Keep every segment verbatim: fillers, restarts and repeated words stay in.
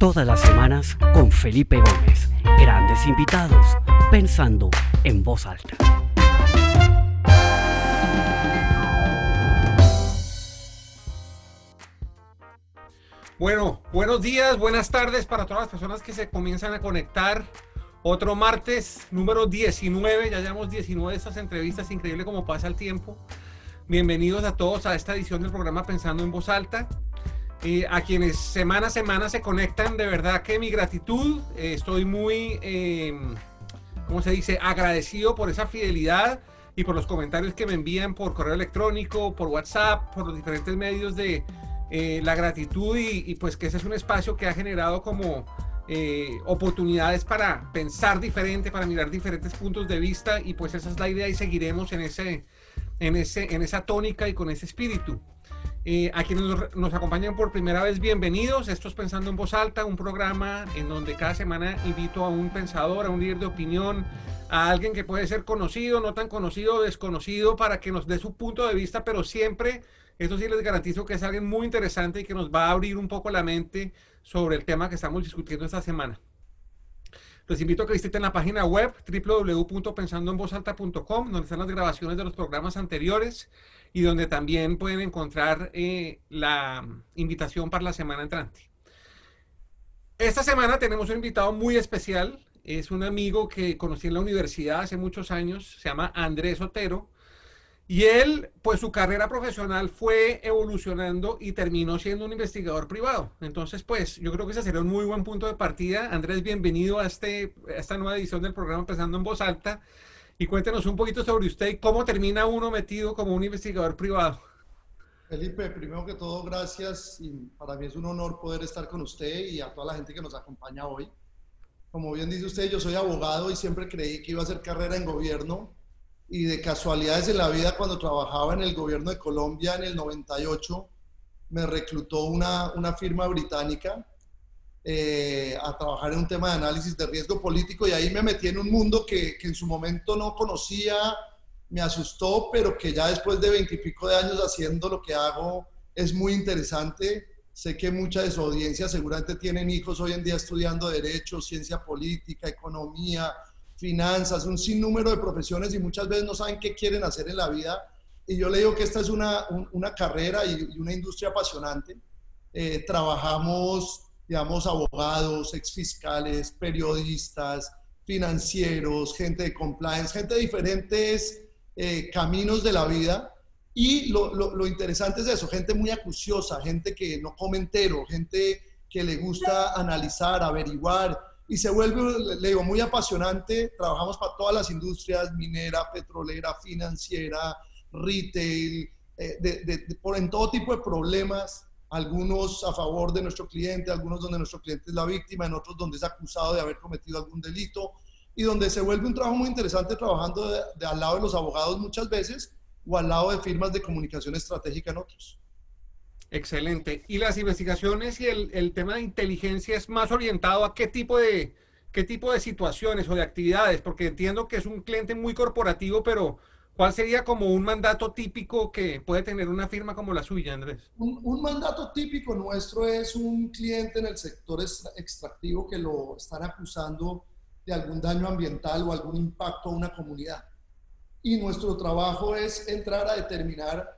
Todas las semanas con Felipe Gómez. Grandes invitados, pensando en voz alta. Bueno, buenos días, buenas tardes para todas las personas que se comienzan a conectar. Otro martes, número diecinueve, ya llevamos diecinueve de estas entrevistas, increíble cómo pasa el tiempo. Bienvenidos a todos a esta edición del programa Pensando en Voz Alta. Eh, a quienes semana a semana se conectan, de verdad que mi gratitud, eh, estoy muy, eh, ¿cómo se dice?, agradecido por esa fidelidad y por los comentarios que me envían por correo electrónico, por WhatsApp, por los diferentes medios de eh, la gratitud y, y pues que ese es un espacio que ha generado como eh, oportunidades para pensar diferente, para mirar diferentes puntos de vista y pues esa es la idea y seguiremos en, ese, en, ese, en esa tónica y con ese espíritu. Eh, a quienes nos, nos acompañan por primera vez, bienvenidos. Esto es Pensando en Voz Alta, un programa en donde cada semana invito a un pensador, a un líder de opinión, a alguien que puede ser conocido, no tan conocido o desconocido, para que nos dé su punto de vista, pero siempre, eso sí les garantizo que es alguien muy interesante y que nos va a abrir un poco la mente sobre el tema que estamos discutiendo esta semana. Los invito a que visiten la página web doble u doble u doble u punto pensando en voz alta punto com, donde están las grabaciones de los programas anteriores y donde también pueden encontrar eh, la invitación para la semana entrante. Esta semana tenemos un invitado muy especial. Es un amigo que conocí en la universidad hace muchos años. Se llama Andrés Otero. Y él, pues su carrera profesional fue evolucionando y terminó siendo un investigador privado. Entonces, pues yo creo que ese sería un muy buen punto de partida. Andrés, bienvenido a, este, a esta nueva edición del programa Pensando en Voz Alta. Y cuéntenos un poquito sobre usted y cómo termina uno metido como un investigador privado. Felipe, primero que todo, gracias. Y para mí es un honor poder estar con usted y a toda la gente que nos acompaña hoy. Como bien dice usted, yo soy abogado y siempre creí que iba a hacer carrera en gobierno. Y de casualidades en la vida, cuando trabajaba en el gobierno de Colombia en el noventa y ocho, me reclutó una, una firma británica eh, a trabajar en un tema de análisis de riesgo político y ahí me metí en un mundo que, que en su momento no conocía, me asustó, pero que ya después de veintipico de años haciendo lo que hago es muy interesante. Sé que mucha de su audiencia seguramente tienen hijos hoy en día estudiando Derecho, Ciencia Política, Economía, Finanzas, un sinnúmero de profesiones y muchas veces no saben qué quieren hacer en la vida. Y yo le digo que esta es una, un, una carrera y, y una industria apasionante. Eh, trabajamos, digamos, abogados, exfiscales, periodistas, financieros, gente de compliance, gente de diferentes eh, caminos de la vida. Y lo, lo, lo interesante es eso, gente muy acuciosa, gente que no come entero, gente que le gusta analizar, averiguar, y se vuelve, le digo, muy apasionante. Trabajamos para todas las industrias, minera, petrolera, financiera, retail, eh, de, de, de, por en todo tipo de problemas, algunos a favor de nuestro cliente, algunos donde nuestro cliente es la víctima, en otros donde es acusado de haber cometido algún delito, y donde se vuelve un trabajo muy interesante trabajando de, de, al lado de los abogados muchas veces, o al lado de firmas de comunicación estratégica en otros. Excelente. ¿Y las investigaciones y el, el tema de inteligencia es más orientado a qué tipo de, qué tipo de situaciones o de actividades? Porque entiendo que es un cliente muy corporativo, pero ¿cuál sería como un mandato típico que puede tener una firma como la suya, Andrés? Un, un mandato típico nuestro es un cliente en el sector extractivo que lo están acusando de algún daño ambiental o algún impacto a una comunidad. Y nuestro trabajo es entrar a determinar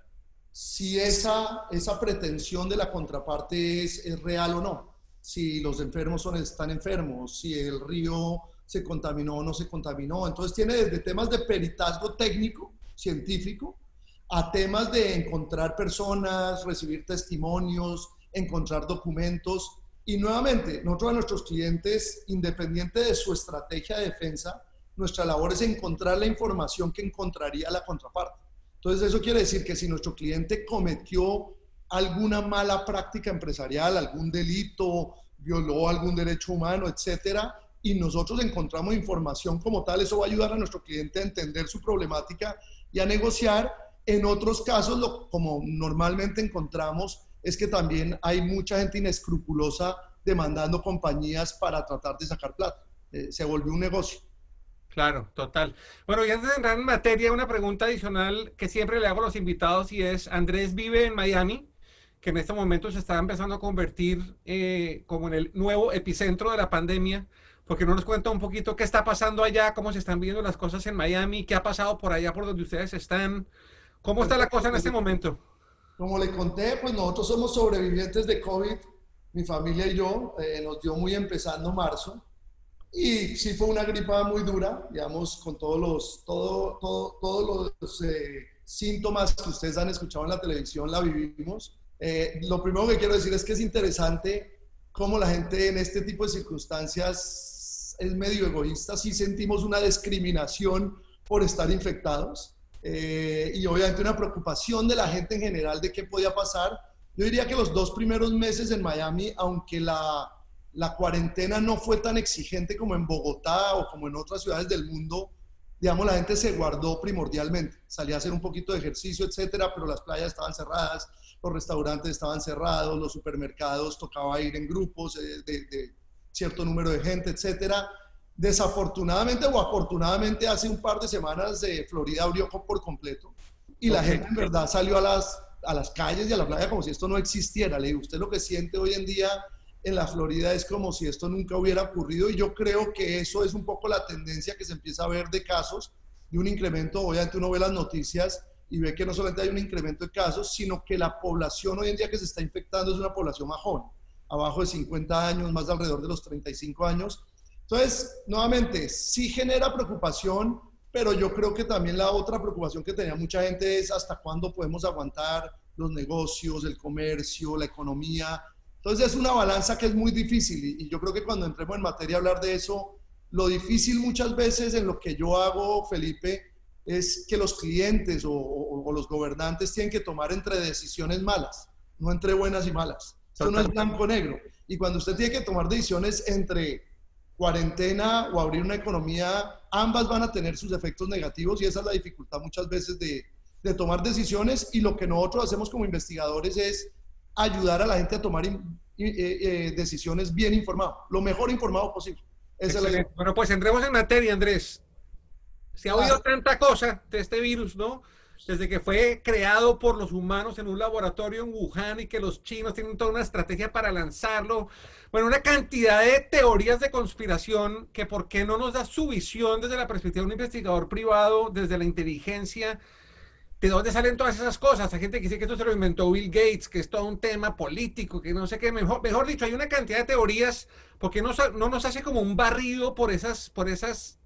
si esa, esa pretensión de la contraparte es, es real o no, si los enfermos son, están enfermos, si el río se contaminó o no se contaminó. Entonces tiene desde temas de peritazgo técnico, científico, a temas de encontrar personas, recibir testimonios, encontrar documentos. Y nuevamente, nosotros a nuestros clientes, independiente de su estrategia de defensa, nuestra labor es encontrar la información que encontraría la contraparte. Entonces, eso quiere decir que si nuestro cliente cometió alguna mala práctica empresarial, algún delito, violó algún derecho humano, etcétera, y nosotros encontramos información como tal, eso va a ayudar a nuestro cliente a entender su problemática y a negociar. En otros casos, lo, como normalmente encontramos, es que también hay mucha gente inescrupulosa demandando compañías para tratar de sacar plata. Eh, se volvió un negocio. Claro, total. Bueno, y antes de entrar en materia, una pregunta adicional que siempre le hago a los invitados y es, Andrés vive en Miami, que en este momento se está empezando a convertir eh, como en el nuevo epicentro de la pandemia. Porque no nos cuenta un poquito qué está pasando allá, cómo se están viendo las cosas en Miami, qué ha pasado por allá por donde ustedes están, cómo está la cosa en este momento. Como le conté, pues nosotros somos sobrevivientes de COVID, mi familia y yo, eh, nos dio muy empezando marzo, y sí fue una gripa muy dura, digamos, con todos los, todo, todo, todos los eh, síntomas que ustedes han escuchado en la televisión, la vivimos. Eh, lo primero que quiero decir es que es interesante cómo la gente en este tipo de circunstancias es medio egoísta, sí sentimos una discriminación por estar infectados eh, y obviamente una preocupación de la gente en general de qué podía pasar. Yo diría que los dos primeros meses en Miami, aunque la, la cuarentena no fue tan exigente como en Bogotá o como en otras ciudades del mundo, digamos, la gente se guardó primordialmente, salía a hacer un poquito de ejercicio, etcétera, pero las playas estaban cerradas, los restaurantes estaban cerrados, los supermercados tocaba ir en grupos de, de, de cierto número de gente, etcétera. Desafortunadamente o afortunadamente, hace un par de semanas eh, Florida abrió por completo y la okay. gente en verdad salió a las, a las calles y a la playa como si esto no existiera. Le digo, usted lo que siente hoy en día en la Florida es como si esto nunca hubiera ocurrido, y yo creo que eso es un poco la tendencia que se empieza a ver de casos, de un incremento. Obviamente uno ve las noticias y ve que no solamente hay un incremento de casos, sino que la población hoy en día que se está infectando es una población más joven, abajo de cincuenta años, más de alrededor de los treinta y cinco años. Entonces, nuevamente, sí genera preocupación, pero yo creo que también la otra preocupación que tenía mucha gente es hasta cuándo podemos aguantar los negocios, el comercio, la economía. Entonces es una balanza que es muy difícil, y, y yo creo que cuando entremos en materia a hablar de eso, lo difícil muchas veces en lo que yo hago, Felipe, es que los clientes o, o, o los gobernantes tienen que tomar entre decisiones malas, no entre buenas y malas. Esto no es blanco-negro. Y cuando usted tiene que tomar decisiones entre cuarentena o abrir una economía, ambas van a tener sus efectos negativos, y esa es la dificultad muchas veces de, de tomar decisiones. Y lo que nosotros hacemos como investigadores es ayudar a la gente a tomar in, eh, eh, decisiones bien informadas, lo mejor informado posible. Esa es la... Bueno, pues entremos en materia, Andrés. Se ha oído tanta cosa de este virus, ¿no? Desde que fue creado por los humanos en un laboratorio en Wuhan, y que los chinos tienen toda una estrategia para lanzarlo. Bueno, una cantidad de teorías de conspiración que por qué no nos da su visión desde la perspectiva de un investigador privado, desde la inteligencia. ¿De dónde salen todas esas cosas? Hay gente que dice que esto se lo inventó Bill Gates, que es todo un tema político, que no sé qué. Mejor, mejor dicho, hay una cantidad de teorías. ¿Por qué no, no nos hace como un barrido por esas... Por esas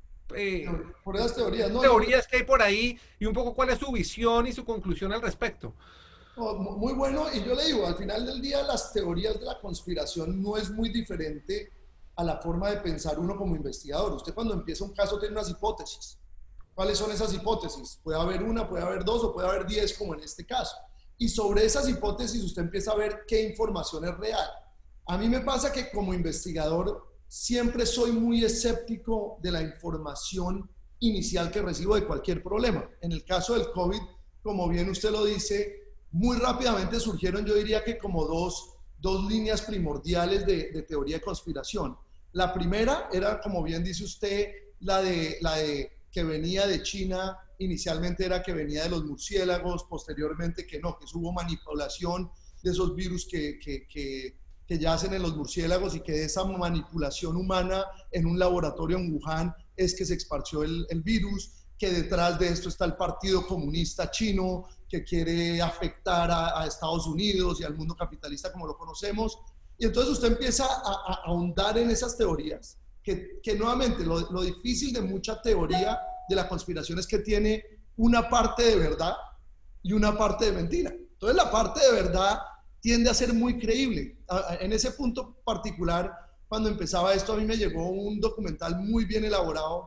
Eh, por esas teorías, ¿no? teorías que hay por ahí, y un poco cuál es su visión y su conclusión al respecto? No, muy bueno, y yo le digo, al final del día las teorías de la conspiración no es muy diferente a la forma de pensar uno como investigador. Usted cuando empieza un caso tiene unas hipótesis. ¿Cuáles son esas hipótesis? Puede haber una, puede haber dos o puede haber diez, como en este caso. Y sobre esas hipótesis usted empieza a ver qué información es real. A mí me pasa que como investigador siempre soy muy escéptico de la información inicial que recibo de cualquier problema. En el caso del COVID, como bien usted lo dice, muy rápidamente surgieron, yo diría que como dos, dos líneas primordiales de, de teoría de conspiración. La primera era, como bien dice usted, la de, la de que venía de China. Inicialmente era que venía de los murciélagos, posteriormente que no, que hubo manipulación de esos virus que... que, que que yacen en los murciélagos, y que de esa manipulación humana en un laboratorio en Wuhan es que se esparció el, el virus, que detrás de esto está el Partido Comunista Chino, que quiere afectar a, a Estados Unidos y al mundo capitalista como lo conocemos. Y entonces usted empieza a, a ahondar en esas teorías, que, que nuevamente lo, lo difícil de mucha teoría de la conspiración es que tiene una parte de verdad y una parte de mentira. Entonces la parte de verdad tiende a ser muy creíble. En ese punto particular, cuando empezaba esto, a mí me llegó un documental muy bien elaborado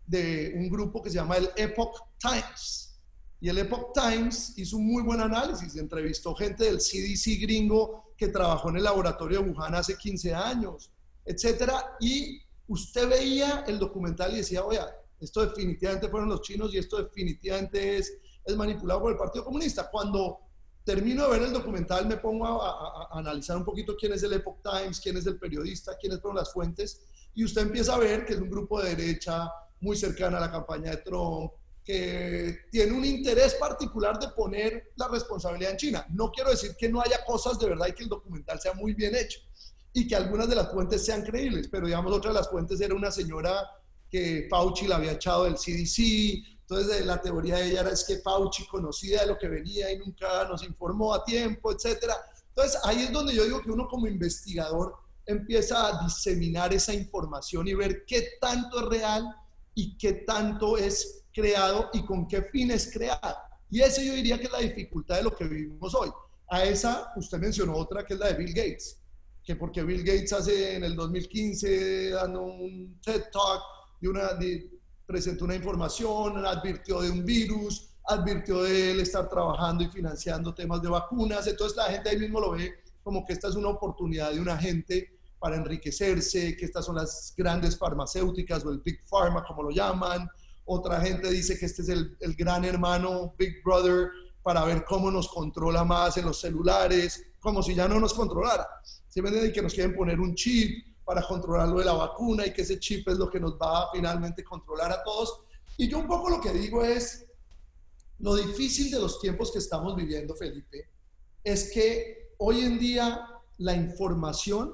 de un grupo que se llama el Epoch Times. Y el Epoch Times hizo un muy buen análisis, entrevistó gente del C D C gringo que trabajó en el laboratorio de Wuhan hace quince años, etcétera. Y usted veía el documental y decía, oye, esto definitivamente fueron los chinos y esto definitivamente es, es manipulado por el Partido Comunista. Cuando termino de ver el documental, me pongo a, a, a analizar un poquito quién es el Epoch Times, quién es el periodista, quiénes fueron las fuentes, y usted empieza a ver que es un grupo de derecha muy cercana a la campaña de Trump, que tiene un interés particular de poner la responsabilidad en China. No quiero decir que no haya cosas de verdad y que el documental sea muy bien hecho y que algunas de las fuentes sean creíbles, pero digamos otra de las fuentes era una señora que Fauci la había echado del C D C, entonces la teoría de ella era es que Fauci conocía de lo que venía y nunca nos informó a tiempo, etcétera. Entonces ahí es donde yo digo que uno como investigador empieza a diseminar esa información y ver qué tanto es real y qué tanto es creado y con qué fines creado. Y eso yo diría que es la dificultad de lo que vivimos hoy. A esa, usted mencionó otra que es la de Bill Gates, que porque Bill Gates hace en el dos mil quince, dando un TED Talk, de una, de, presentó una información, advirtió de un virus, advirtió de él estar trabajando y financiando temas de vacunas, entonces la gente ahí mismo lo ve como que esta es una oportunidad de una gente para enriquecerse, que estas son las grandes farmacéuticas o el Big Pharma, como lo llaman. Otra gente dice que este es el, el gran hermano, Big Brother, para ver cómo nos controla más en los celulares, como si ya no nos controlara. ¿Sí me entienden? Y que nos quieren poner un chip para controlar lo de la vacuna y que ese chip es lo que nos va a finalmente controlar a todos. Y yo un poco lo que digo es, lo difícil de los tiempos que estamos viviendo, Felipe, es que hoy en día la información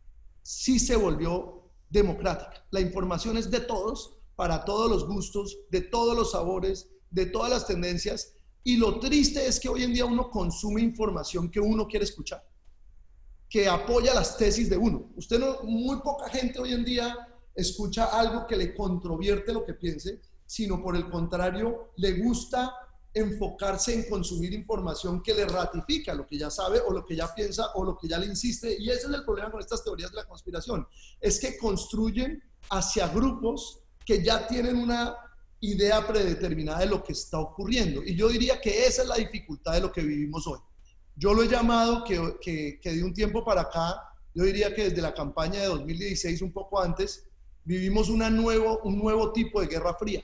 sí se volvió democrática. La información es de todos, para todos los gustos, de todos los sabores, de todas las tendencias, y lo triste es que hoy en día uno consume información que uno quiere escuchar, que apoya las tesis de uno. Usted no, muy poca gente hoy en día escucha algo que le controvierte lo que piense, sino por el contrario, le gusta enfocarse en consumir información que le ratifica lo que ya sabe o lo que ya piensa o lo que ya le insiste, y ese es el problema con estas teorías de la conspiración, es que construyen hacia grupos que ya tienen una idea predeterminada de lo que está ocurriendo. Y yo diría que esa es la dificultad de lo que vivimos hoy. Yo lo he llamado que, que, que de un tiempo para acá, yo diría que desde la campaña de dos mil dieciséis, un poco antes, vivimos una nuevo, un nuevo tipo de guerra fría,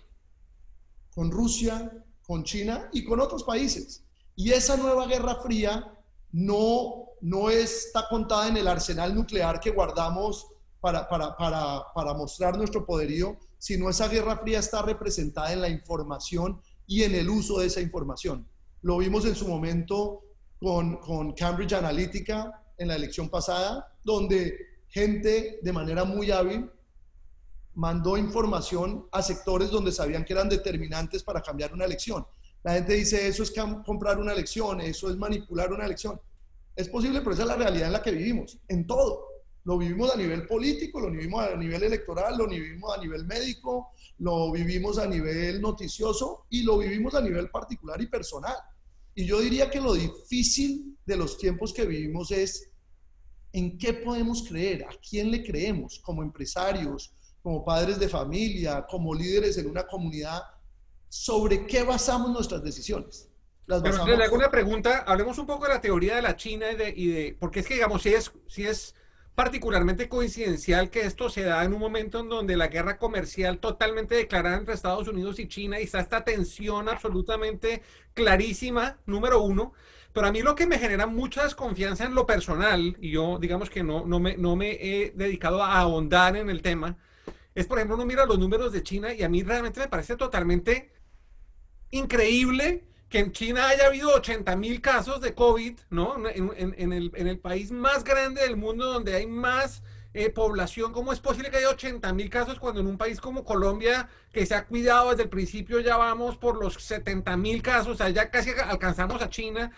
con Rusia, con China y con otros países. Y esa nueva guerra fría no, no está contada en el arsenal nuclear que guardamos para, para, para, para mostrar nuestro poderío, sino esa guerra fría está representada en la información y en el uso de esa información. Lo vimos en su momento con, con Cambridge Analytica en la elección pasada, donde gente de manera muy hábil mandó información a sectores donde sabían que eran determinantes para cambiar una elección. La gente dice, eso es comprar una elección, eso es manipular una elección. Es posible, pero esa es la realidad en la que vivimos, en todo. Lo vivimos a nivel político, lo vivimos a nivel electoral, lo vivimos a nivel médico, lo vivimos a nivel noticioso y lo vivimos a nivel particular y personal. Y yo diría que lo difícil de los tiempos que vivimos es en qué podemos creer, a quién le creemos como empresarios, como padres de familia, como líderes en una comunidad, sobre qué basamos nuestras decisiones. Las Pero basamos... le hago una pregunta, hablemos un poco de la teoría de la China y de, y de porque es que digamos, si es, si es particularmente coincidencial que esto se da en un momento en donde la guerra comercial totalmente declarada entre Estados Unidos y China y está esta tensión absolutamente clarísima, número uno. Pero a mí lo que me genera mucha desconfianza en lo personal, y yo digamos que no, no, me, no me he dedicado a ahondar en el tema, es por ejemplo uno mira los números de China y a mí realmente me parece totalmente increíble que en China haya habido ochenta mil casos de COVID, ¿no? En, en, en, el, en el país más grande del mundo donde hay más eh, población. ¿Cómo es posible que haya ochenta mil casos cuando en un país como Colombia, que se ha cuidado desde el principio, ya vamos por los setenta mil casos? O sea, ya casi alcanzamos a China.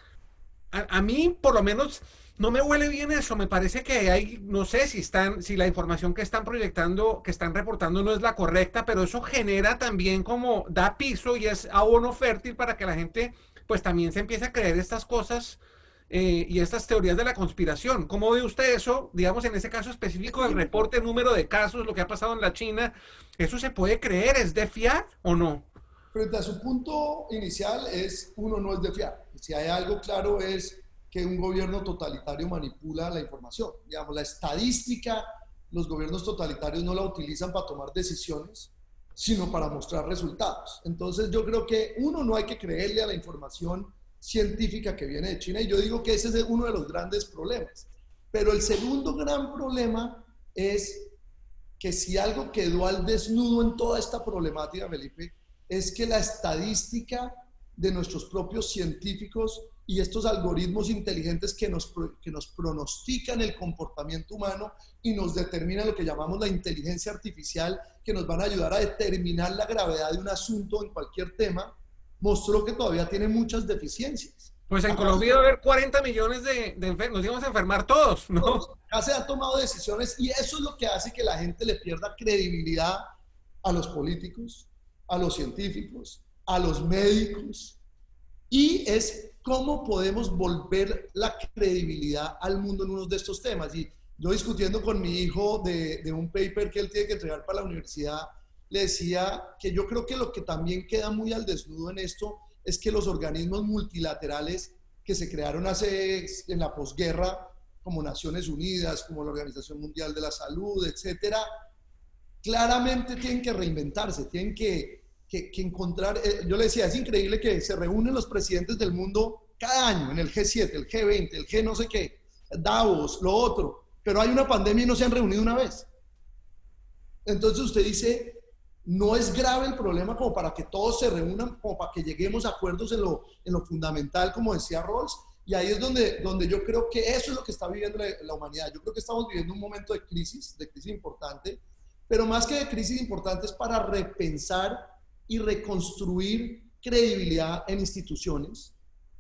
A, a mí, por lo menos, no me huele bien eso. Me parece que hay, no sé si están, si la información que están proyectando, que están reportando no es la correcta, pero eso genera también como, da piso y es abono fértil para que la gente pues también se empiece a creer estas cosas eh, y estas teorías de la conspiración. ¿Cómo ve usted eso? Digamos, en ese caso específico del reporte, número de casos, lo que ha pasado en la China, ¿eso se puede creer? ¿Es de fiar o no? Frente a su punto inicial es, uno, no es de fiar. Si hay algo claro es que un gobierno totalitario manipula la información. Digamos, la estadística, los gobiernos totalitarios no la utilizan para tomar decisiones, sino para mostrar resultados. Entonces yo creo que uno, no hay que creerle a la información científica que viene de China, y yo digo que ese es uno de los grandes problemas. Pero el segundo gran problema es que si algo quedó al desnudo en toda esta problemática, Felipe, es que la estadística de nuestros propios científicos y estos algoritmos inteligentes que nos, que nos pronostican el comportamiento humano y nos determinan lo que llamamos la inteligencia artificial, que nos van a ayudar a determinar la gravedad de un asunto en cualquier tema, mostró que todavía tiene muchas deficiencias. Pues en Colombia va a haber cuarenta millones de, de enfermos, nos íbamos a enfermar todos, ¿no? Ya se han tomado decisiones y eso es lo que hace que la gente le pierda credibilidad a los políticos, a los científicos, a los médicos, y es cómo podemos volver la credibilidad al mundo en uno de estos temas. Y yo discutiendo con mi hijo de, de un paper que él tiene que entregar para la universidad, le decía que yo creo que lo que también queda muy al desnudo en esto es que los organismos multilaterales que se crearon hace, en la posguerra, como Naciones Unidas, como la Organización Mundial de la Salud, etcétera, claramente tienen que reinventarse, tienen que, que, que encontrar, eh, yo le decía, es increíble que se reúnen los presidentes del mundo cada año en el G siete, el G veinte, el G no sé qué, Davos, lo otro, pero hay una pandemia y no se han reunido una vez. Entonces usted dice, no es grave el problema como para que todos se reúnan, como para que lleguemos a acuerdos en lo, en lo fundamental, como decía Rawls, y ahí es donde, donde yo creo que eso es lo que está viviendo la, la humanidad. Yo creo que estamos viviendo un momento de crisis, de crisis importante, pero más que de crisis importante es para repensar y reconstruir credibilidad en instituciones,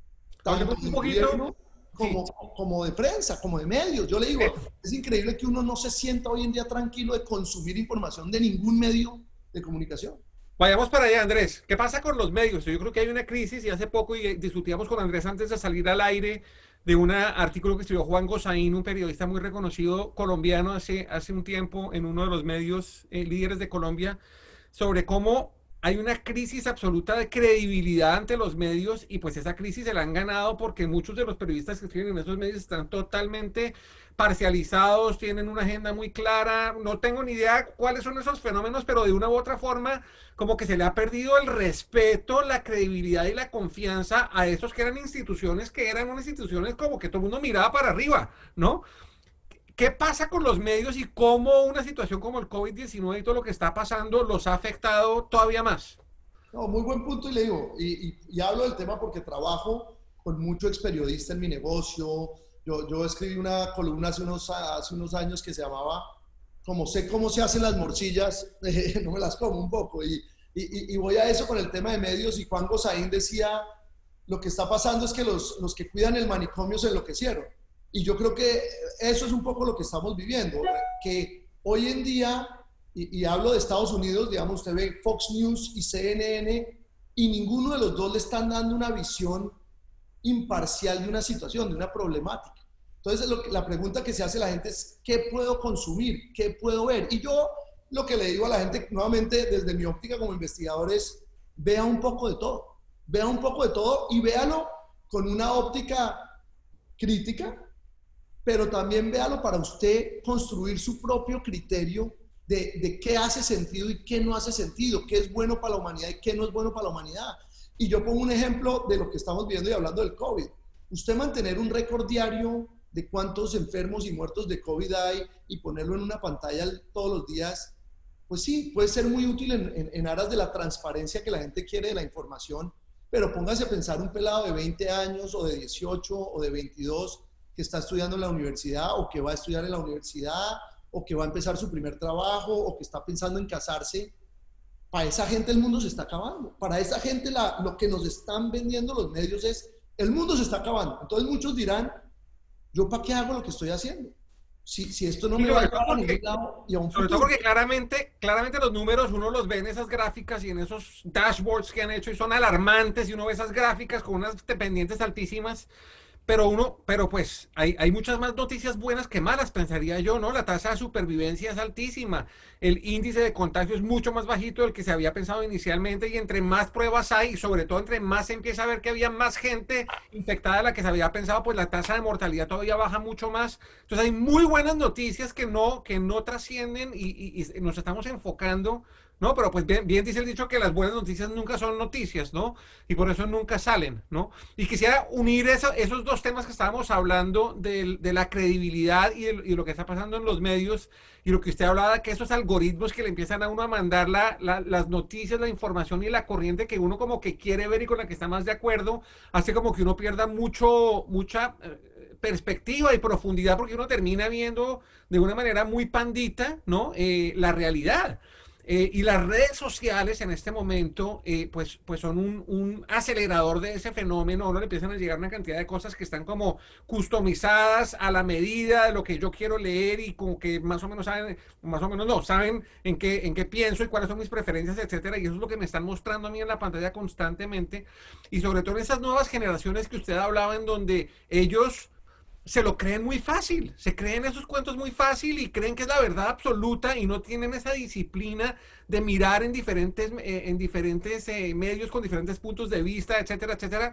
tanto de gobierno como, sí. como de prensa, como de medios. Yo le digo, es increíble que uno no se sienta hoy en día tranquilo de consumir información de ningún medio de comunicación. Vayamos para allá, Andrés. ¿Qué pasa con los medios? Yo creo que hay una crisis y hace poco y discutíamos con Andrés antes de salir al aire de un artículo que escribió Juan Gosaín, un periodista muy reconocido colombiano hace, hace un tiempo en uno de los medios eh, líderes de Colombia, sobre cómo hay una crisis absoluta de credibilidad ante los medios y pues esa crisis se la han ganado porque muchos de los periodistas que escriben en esos medios están totalmente parcializados, tienen una agenda muy clara, no tengo ni idea cuáles son esos fenómenos, pero de una u otra forma como que se le ha perdido el respeto, la credibilidad y la confianza a esos que eran instituciones, que eran unas instituciones como que todo el mundo miraba para arriba, ¿no? ¿Qué pasa con los medios y cómo una situación como el COVID diecinueve y todo lo que está pasando los ha afectado todavía más? No, muy buen punto y le digo, y, y, y hablo del tema porque trabajo con mucho ex periodista en mi negocio. Yo, yo escribí una columna hace unos, hace unos años que se llamaba como sé cómo se hacen las morcillas, eh, no me las como un poco. Y, y, y voy a eso con el tema de medios y Juan Gosaín decía, lo que está pasando es que los, los que cuidan el manicomio se enloquecieron. Y yo creo que eso es un poco lo que estamos viviendo, que hoy en día, y, y hablo de Estados Unidos, digamos, usted ve Fox News y C N N, y ninguno de los dos le están dando una visión imparcial de una situación, de una problemática. Entonces, lo que, la pregunta que se hace la gente es, ¿qué puedo consumir? ¿Qué puedo ver? Y yo lo que le digo a la gente, nuevamente, desde mi óptica como investigador, es, vea un poco de todo. Vea un poco de todo y véalo con una óptica crítica, pero también véalo para usted construir su propio criterio de, de qué hace sentido y qué no hace sentido, qué es bueno para la humanidad y qué no es bueno para la humanidad. Y yo pongo un ejemplo de lo que estamos viendo y hablando del COVID. Usted mantener un récord diario de cuántos enfermos y muertos de COVID hay y ponerlo en una pantalla todos los días, pues sí, puede ser muy útil en, en, en aras de la transparencia que la gente quiere de la información, pero póngase a pensar un pelado de veinte años o de dieciocho o de veintidós que está estudiando en la universidad o que va a estudiar en la universidad o que va a empezar su primer trabajo o que está pensando en casarse. Para esa gente el mundo se está acabando. Para esa gente la, lo que nos están vendiendo los medios es el mundo se está acabando. Entonces muchos dirán, ¿yo para qué hago lo que estoy haciendo? Si, si esto no me va a llevar a ningún lado y a un futuro. Sobre todo porque claramente, claramente los números uno los ve en esas gráficas y en esos dashboards que han hecho y son alarmantes y uno ve esas gráficas con unas pendientes altísimas. Pero uno, pero pues hay, hay muchas más noticias buenas que malas, pensaría yo, ¿no? La tasa de supervivencia es altísima, el índice de contagio es mucho más bajito del que se había pensado inicialmente y entre más pruebas hay y sobre todo entre más se empieza a ver que había más gente infectada de la que se había pensado, pues la tasa de mortalidad todavía baja mucho más. Entonces hay muy buenas noticias que no, que no trascienden y, y, y nos estamos enfocando No, pero pues bien, bien dice el dicho que las buenas noticias nunca son noticias, ¿no? Y por eso nunca salen, ¿no? Y quisiera unir eso- esos dos temas que estábamos hablando del- de, la credibilidad y, el- y lo que está pasando en los medios y lo que usted hablaba, que esos algoritmos que le empiezan a uno a mandar la- la- las noticias, la información y la corriente que uno como que quiere ver y con la que está más de acuerdo, hace como que uno pierda mucho, mucha eh, perspectiva y profundidad porque uno termina viendo de una manera muy pandita, ¿no? Eh, la realidad. Eh, y las redes sociales en este momento, eh, pues, pues son un, un, acelerador de ese fenómeno. A uno le empiezan a llegar una cantidad de cosas que están como customizadas a la medida de lo que yo quiero leer y como que más o menos saben, más o menos no, saben en qué, en qué pienso y cuáles son mis preferencias, etcétera. Y eso es lo que me están mostrando a mí en la pantalla constantemente. Y sobre todo en esas nuevas generaciones que usted hablaba, en donde ellos se lo creen muy fácil, se creen esos cuentos muy fácil y creen que es la verdad absoluta y no tienen esa disciplina de mirar en diferentes, eh, en diferentes eh, medios con diferentes puntos de vista, etcétera, etcétera.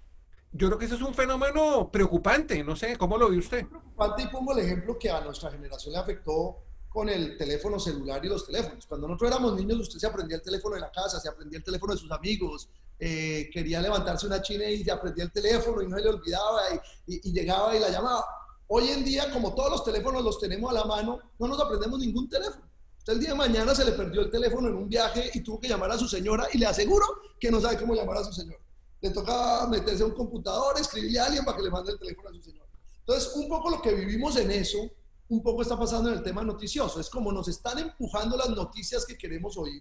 Yo creo que eso es un fenómeno preocupante, no sé, ¿cómo lo ve usted? Preocupante, y pongo el ejemplo que a nuestra generación le afectó con el teléfono celular y los teléfonos. Cuando nosotros éramos niños, usted se aprendía el teléfono de la casa, se aprendía el teléfono de sus amigos, eh, quería levantarse una china y se aprendía el teléfono y no se le olvidaba y, y, y llegaba y la llamaba. Hoy en día, como todos los teléfonos los tenemos a la mano, no nos aprendemos ningún teléfono. Usted el día de mañana se le perdió el teléfono en un viaje y tuvo que llamar a su señora y le aseguro que no sabe cómo llamar a su señora. Le toca meterse a un computador, escribirle a alguien para que le mande el teléfono a su señora. Entonces, un poco lo que vivimos en eso, un poco está pasando en el tema noticioso. Es como nos están empujando las noticias que queremos oír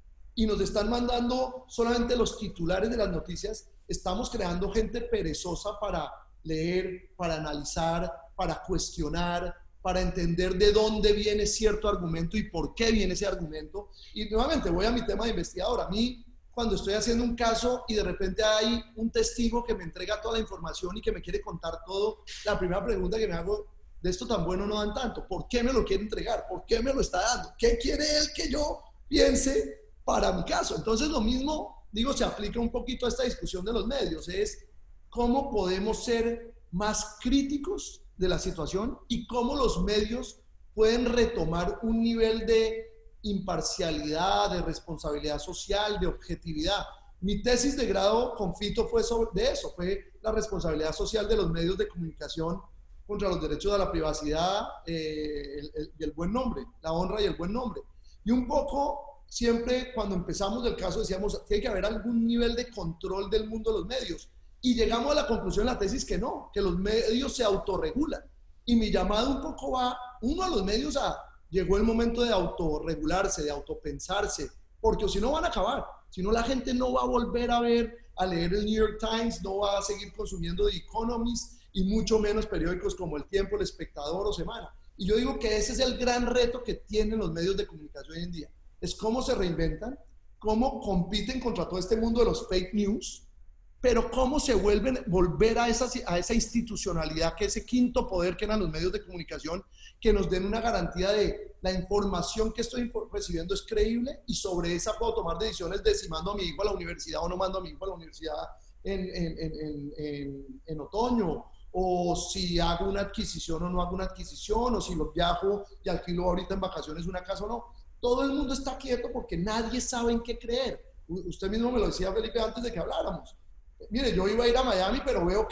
y nos están mandando solamente los titulares de las noticias. Estamos creando gente perezosa para leer, para analizar, para cuestionar, para entender de dónde viene cierto argumento y por qué viene ese argumento. Y nuevamente voy a mi tema de investigador. A mí, cuando estoy haciendo un caso y de repente hay un testigo que me entrega toda la información y que me quiere contar todo, la primera pregunta que me hago, de esto tan bueno no dan tanto, ¿por qué me lo quiere entregar? ¿Por qué me lo está dando? ¿Qué quiere él que yo piense para mi caso? Entonces lo mismo, digo, se aplica un poquito a esta discusión de los medios, es cómo podemos ser más críticos de la situación y cómo los medios pueden retomar un nivel de imparcialidad, de responsabilidad social, de objetividad. Mi tesis de grado con Fito fue sobre eso, fue la responsabilidad social de los medios de comunicación contra los derechos a la privacidad eh, el, el, y el buen nombre, la honra y el buen nombre. Y un poco, siempre cuando empezamos el caso decíamos, tiene que haber algún nivel de control del mundo de los medios. Y llegamos a la conclusión en la tesis que no, que los medios se autorregulan. Y mi llamado un poco va, uno, a los medios a, llegó el momento de autorregularse, de autopensarse, porque si no van a acabar, si no la gente no va a volver a ver, a leer el New York Times, no va a seguir consumiendo The Economist y mucho menos periódicos como El Tiempo, El Espectador o Semana. Y yo digo que ese es el gran reto que tienen los medios de comunicación hoy en día, es cómo se reinventan, cómo compiten contra todo este mundo de los fake news, pero cómo se vuelven, volver a esa, a esa institucionalidad, que ese quinto poder que eran los medios de comunicación, que nos den una garantía de la información que estoy recibiendo es creíble y sobre esa puedo tomar decisiones de si mando a mi hijo a la universidad o no mando a mi hijo a la universidad en, en, en, en, en otoño, o si hago una adquisición o no hago una adquisición, o si lo viajo y alquilo ahorita en vacaciones una casa o no. Todo el mundo está quieto porque nadie sabe en qué creer. Usted mismo me lo decía, Felipe, antes de que habláramos. Mire, yo iba a ir a Miami, pero veo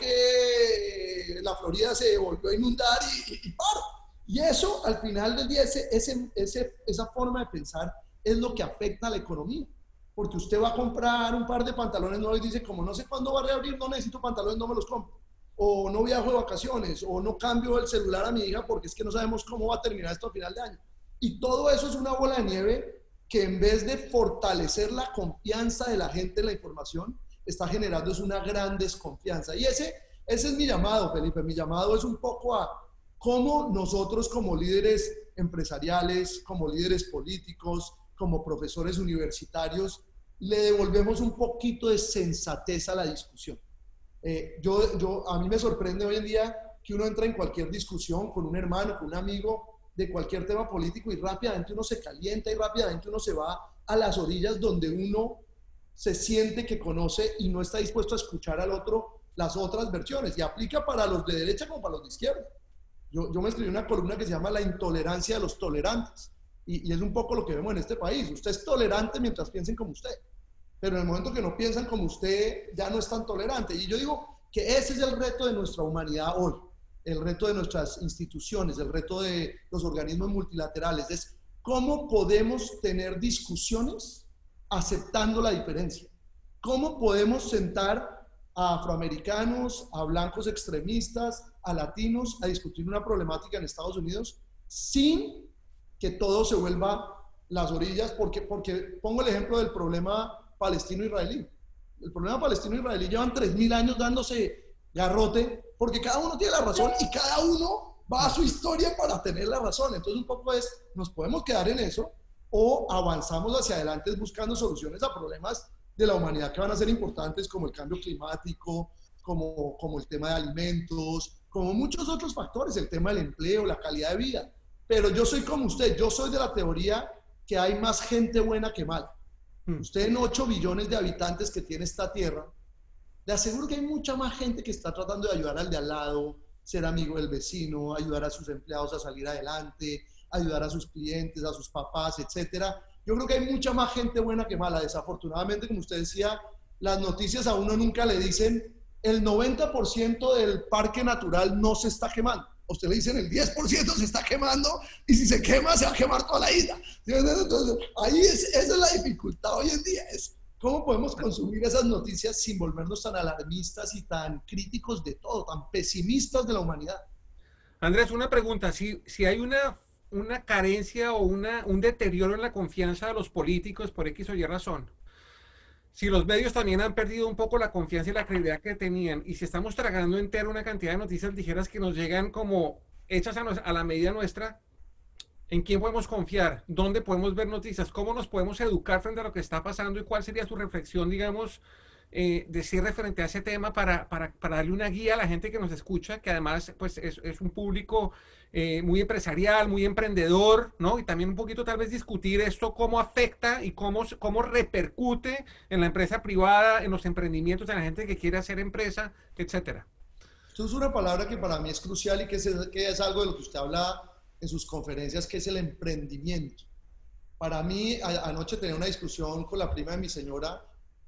que la Florida se volvió a inundar y, y, y paro. Y eso, al final del día, ese, ese, ese, esa forma de pensar es lo que afecta a la economía. Porque usted va a comprar un par de pantalones nuevos y dice, como no sé cuándo va a reabrir, no necesito pantalones, no me los compro. O no viajo de vacaciones, o no cambio el celular a mi hija porque es que no sabemos cómo va a terminar esto a final de año. Y todo eso es una bola de nieve que en vez de fortalecer la confianza de la gente en la información, está generando es una gran desconfianza. Y ese, ese es mi llamado, Felipe. Mi llamado es un poco a cómo nosotros como líderes empresariales, como líderes políticos, como profesores universitarios, le devolvemos un poquito de sensatez a la discusión. Eh, yo, yo, a mí me sorprende hoy en día que uno entra en cualquier discusión con un hermano, con un amigo de cualquier tema político y rápidamente uno se calienta y rápidamente uno se va a las orillas donde uno se siente que conoce y no está dispuesto a escuchar al otro las otras versiones. Y aplica para los de derecha como para los de izquierda. Yo, yo me escribí una columna que se llama La intolerancia de los tolerantes. Y, y es un poco lo que vemos en este país. Usted es tolerante mientras piensen como usted, pero en el momento que no piensan como usted, ya no es tan tolerante. Y yo digo que ese es el reto de nuestra humanidad hoy, el reto de nuestras instituciones, el reto de los organismos multilaterales, es cómo podemos tener discusiones aceptando la diferencia. ¿Cómo podemos sentar a afroamericanos, a blancos extremistas, a latinos, a discutir una problemática en Estados Unidos sin que todo se vuelva las orillas? Porque, porque pongo el ejemplo del problema palestino-israelí. El problema palestino-israelí llevan tres mil años dándose garrote porque cada uno tiene la razón y cada uno va a su historia para tener la razón. Entonces un poco es, nos podemos quedar en eso o avanzamos hacia adelante buscando soluciones a problemas de la humanidad que van a ser importantes, como el cambio climático, como, como el tema de alimentos, como muchos otros factores, el tema del empleo, la calidad de vida. Pero yo soy como usted, yo soy de la teoría que hay más gente buena que mala. Usted en ocho billones de habitantes que tiene esta tierra, le aseguro que hay mucha más gente que está tratando de ayudar al de al lado, ser amigo del vecino, ayudar a sus empleados a salir adelante, ayudar a sus clientes, a sus papás, etcétera. Yo creo que hay mucha más gente buena que mala. Desafortunadamente, como usted decía, las noticias a uno nunca le dicen el noventa por ciento del parque natural no se está quemando. A usted le dicen el diez por ciento se está quemando y si se quema se va a quemar toda la isla. Entonces, ahí es, esa es la dificultad hoy en día, es cómo podemos consumir esas noticias sin volvernos tan alarmistas y tan críticos de todo, tan pesimistas de la humanidad. Andrés, una pregunta, si, si hay una, una carencia o una, un deterioro en la confianza de los políticos por X o Y razón, si los medios también han perdido un poco la confianza y la credibilidad que tenían, y si estamos tragando entero una cantidad de noticias ligeras que nos llegan como hechas a, a la medida nuestra, ¿en quién podemos confiar? ¿Dónde podemos ver noticias? ¿Cómo nos podemos educar frente a lo que está pasando? ¿Y cuál sería su reflexión, digamos, eh, de cierre frente a ese tema para, para, para darle una guía a la gente que nos escucha, que además pues, es, es un público eh, muy empresarial, muy emprendedor, ¿no? Y también un poquito tal vez discutir esto, cómo afecta y cómo, cómo repercute en la empresa privada, en los emprendimientos, en la gente que quiere hacer empresa, etcétera. Esto es una palabra que para mí es crucial y que es, que es algo de lo que usted habla en sus conferencias, que es el emprendimiento. Para mí, a, anoche tenía una discusión con la prima de mi señora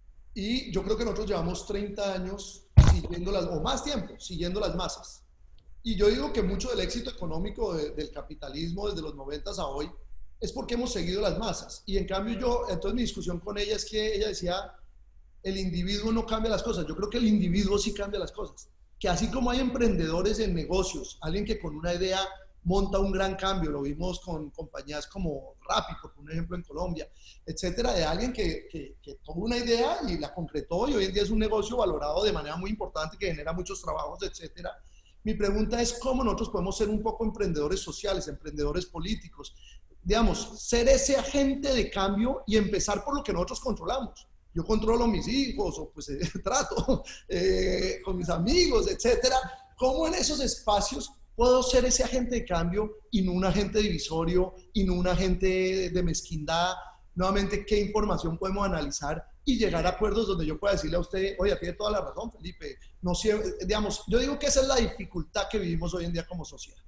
y yo creo que nosotros llevamos treinta años siguiendo las, o más tiempo, siguiendo las masas. Y yo digo que mucho del éxito económico de, del capitalismo desde los noventas a hoy es porque hemos seguido las masas. Y en cambio yo, entonces mi discusión con ella es que ella decía, el individuo no cambia las cosas. Yo creo que el individuo sí cambia las cosas. Que así como hay emprendedores en negocios, alguien que con una idea monta un gran cambio, lo vimos con compañías como Rappi, por un ejemplo en Colombia, etcétera, de alguien que, que, que tuvo una idea y la concretó y hoy en día es un negocio valorado de manera muy importante que genera muchos trabajos, etcétera. Mi pregunta es cómo nosotros podemos ser un poco emprendedores sociales, emprendedores políticos, digamos, ser ese agente de cambio y empezar por lo que nosotros controlamos. Yo controlo a mis hijos o pues eh, trato eh, con mis amigos, etcétera. ¿Cómo en esos espacios puedo ser ese agente de cambio y no un agente divisorio y no un agente de mezquindad? Nuevamente, ¿qué información podemos analizar y llegar a acuerdos donde yo pueda decirle a usted, oye, tiene toda la razón, Felipe? No sé, digamos, yo digo que esa es la dificultad que vivimos hoy en día como sociedad.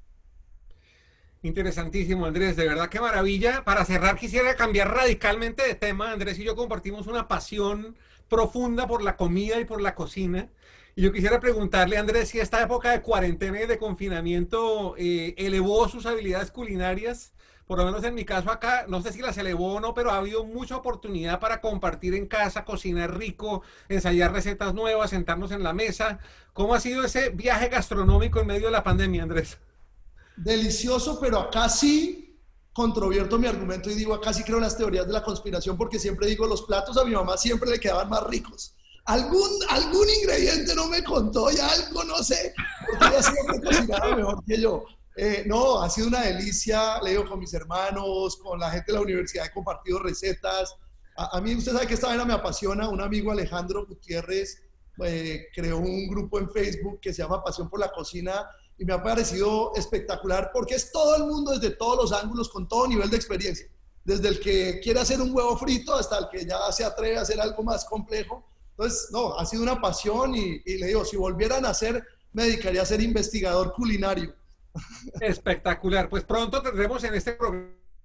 Interesantísimo, Andrés, de verdad qué maravilla. Para cerrar quisiera cambiar radicalmente de tema. Andrés y yo compartimos una pasión profunda por la comida y por la cocina. Y yo quisiera preguntarle, Andrés, si esta época de cuarentena y de confinamiento eh, elevó sus habilidades culinarias. Por lo menos en mi caso acá, no sé si las elevó o no, pero ha habido mucha oportunidad para compartir en casa, cocinar rico, ensayar recetas nuevas, sentarnos en la mesa. ¿Cómo ha sido ese viaje gastronómico en medio de la pandemia, Andrés? Delicioso, pero acá sí controvierto mi argumento y digo, acá sí creo en las teorías de la conspiración porque siempre digo, los platos a mi mamá siempre le quedaban más ricos. Algún, algún ingrediente no me contó y algo no sé, porque ella siempre cocinaba mejor que yo. Eh, no, ha sido una delicia, le digo, con mis hermanos, con la gente de la universidad he compartido recetas. A, a mí, usted sabe que esta vaina me apasiona. Un amigo, Alejandro Gutiérrez, eh, creó un grupo en Facebook que se llama Pasión por la Cocina y me ha parecido espectacular porque es todo el mundo desde todos los ángulos, con todo nivel de experiencia. Desde el que quiere hacer un huevo frito hasta el que ya se atreve a hacer algo más complejo. Entonces, no, ha sido una pasión y, y le digo, si volvieran a hacer, me dedicaría a ser investigador culinario. Espectacular. Pues pronto tendremos en este programa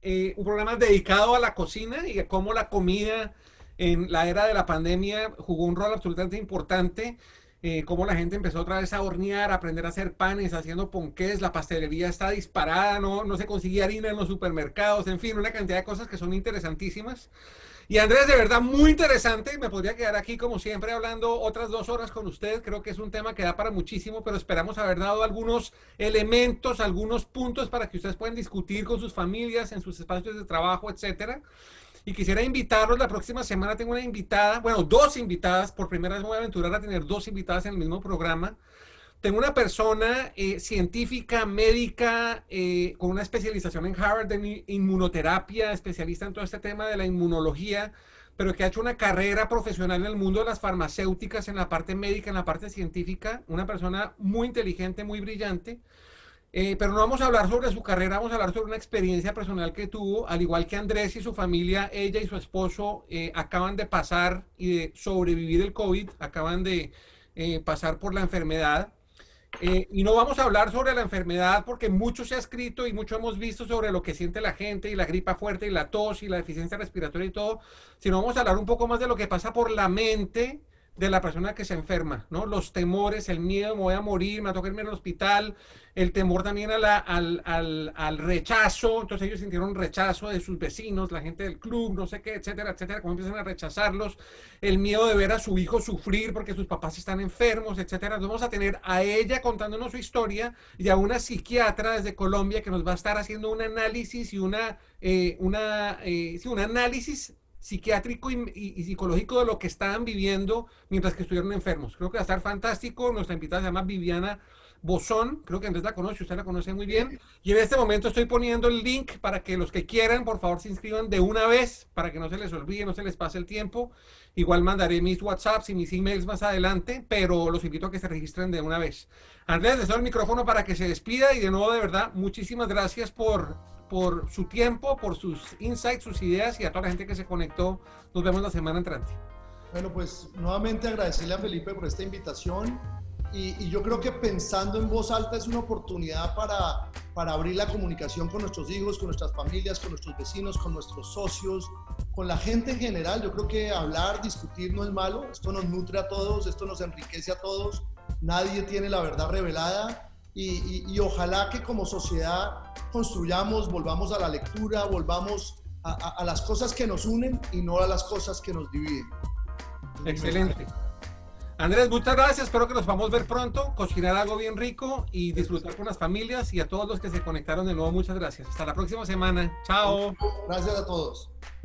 eh, un programa dedicado a la cocina y a cómo la comida en la era de la pandemia jugó un rol absolutamente importante. Eh, cómo la gente empezó otra vez a hornear, a aprender a hacer panes, haciendo ponqués, la pastelería está disparada, no, no se consigue harina en los supermercados, en fin, una cantidad de cosas que son interesantísimas. Y Andrés, de verdad, muy interesante. Me podría quedar aquí, como siempre, hablando otras dos horas con usted. Creo que es un tema que da para muchísimo, pero esperamos haber dado algunos elementos, algunos puntos para que ustedes puedan discutir con sus familias, en sus espacios de trabajo, etcétera. Y quisiera invitarlos, la próxima semana tengo una invitada, bueno, dos invitadas, por primera vez me voy a aventurar a tener dos invitadas en el mismo programa. Tengo una persona eh, científica, médica, eh, con una especialización en Harvard en inmunoterapia, especialista en todo este tema de la inmunología, pero que ha hecho una carrera profesional en el mundo de las farmacéuticas, en la parte médica, en la parte científica, una persona muy inteligente, muy brillante. Eh, pero no vamos a hablar sobre su carrera, vamos a hablar sobre una experiencia personal que tuvo, al igual que Andrés y su familia, ella y su esposo eh, acaban de pasar y de sobrevivir el COVID, acaban de eh, pasar por la enfermedad. Eh, y no vamos a hablar sobre la enfermedad porque mucho se ha escrito y mucho hemos visto sobre lo que siente la gente y la gripa fuerte y la tos y la deficiencia respiratoria y todo, sino vamos a hablar un poco más de lo que pasa por la mente de la persona que se enferma, ¿no? Los temores, el miedo, me voy a morir, me va a tocar irme al hospital, el temor también a la, al, al, al rechazo, entonces ellos sintieron rechazo de sus vecinos, la gente del club, no sé qué, etcétera, etcétera, cómo empiezan a rechazarlos, el miedo de ver a su hijo sufrir porque sus papás están enfermos, etcétera. Entonces vamos a tener a ella contándonos su historia y a una psiquiatra desde Colombia que nos va a estar haciendo un análisis y una, eh, una, eh, sí, un análisis psiquiátrico y, y, y psicológico de lo que estaban viviendo mientras que estuvieron enfermos. Creo que va a estar fantástico. Nuestra invitada se llama Viviana Bozón, creo que Andrés la conoce, usted la conoce muy bien. Y en este momento estoy poniendo el link para que los que quieran, por favor, se inscriban de una vez, para que no se les olvide, no se les pase el tiempo. Igual mandaré mis WhatsApps y mis emails más adelante, pero los invito a que se registren de una vez. Andrés, les doy el micrófono para que se despida y de nuevo, de verdad, muchísimas gracias por... por su tiempo, por sus insights, sus ideas y a toda la gente que se conectó. Nos vemos la semana entrante. Bueno, pues nuevamente agradecerle a Felipe por esta invitación y, y yo creo que pensando en voz alta es una oportunidad para, para abrir la comunicación con nuestros hijos, con nuestras familias, con nuestros vecinos, con nuestros socios, con la gente en general. Yo creo que hablar, discutir no es malo, esto nos nutre a todos, esto nos enriquece a todos, nadie tiene la verdad revelada. Y, y, y ojalá que como sociedad construyamos, volvamos a la lectura, volvamos a, a, a las cosas que nos unen y no a las cosas que nos dividen. Excelente. Andrés, muchas gracias, espero que nos vamos a ver pronto, cocinar algo bien rico y disfrutar con las familias y a todos los que se conectaron de nuevo, muchas gracias. Hasta la próxima semana. Chao. Gracias a todos.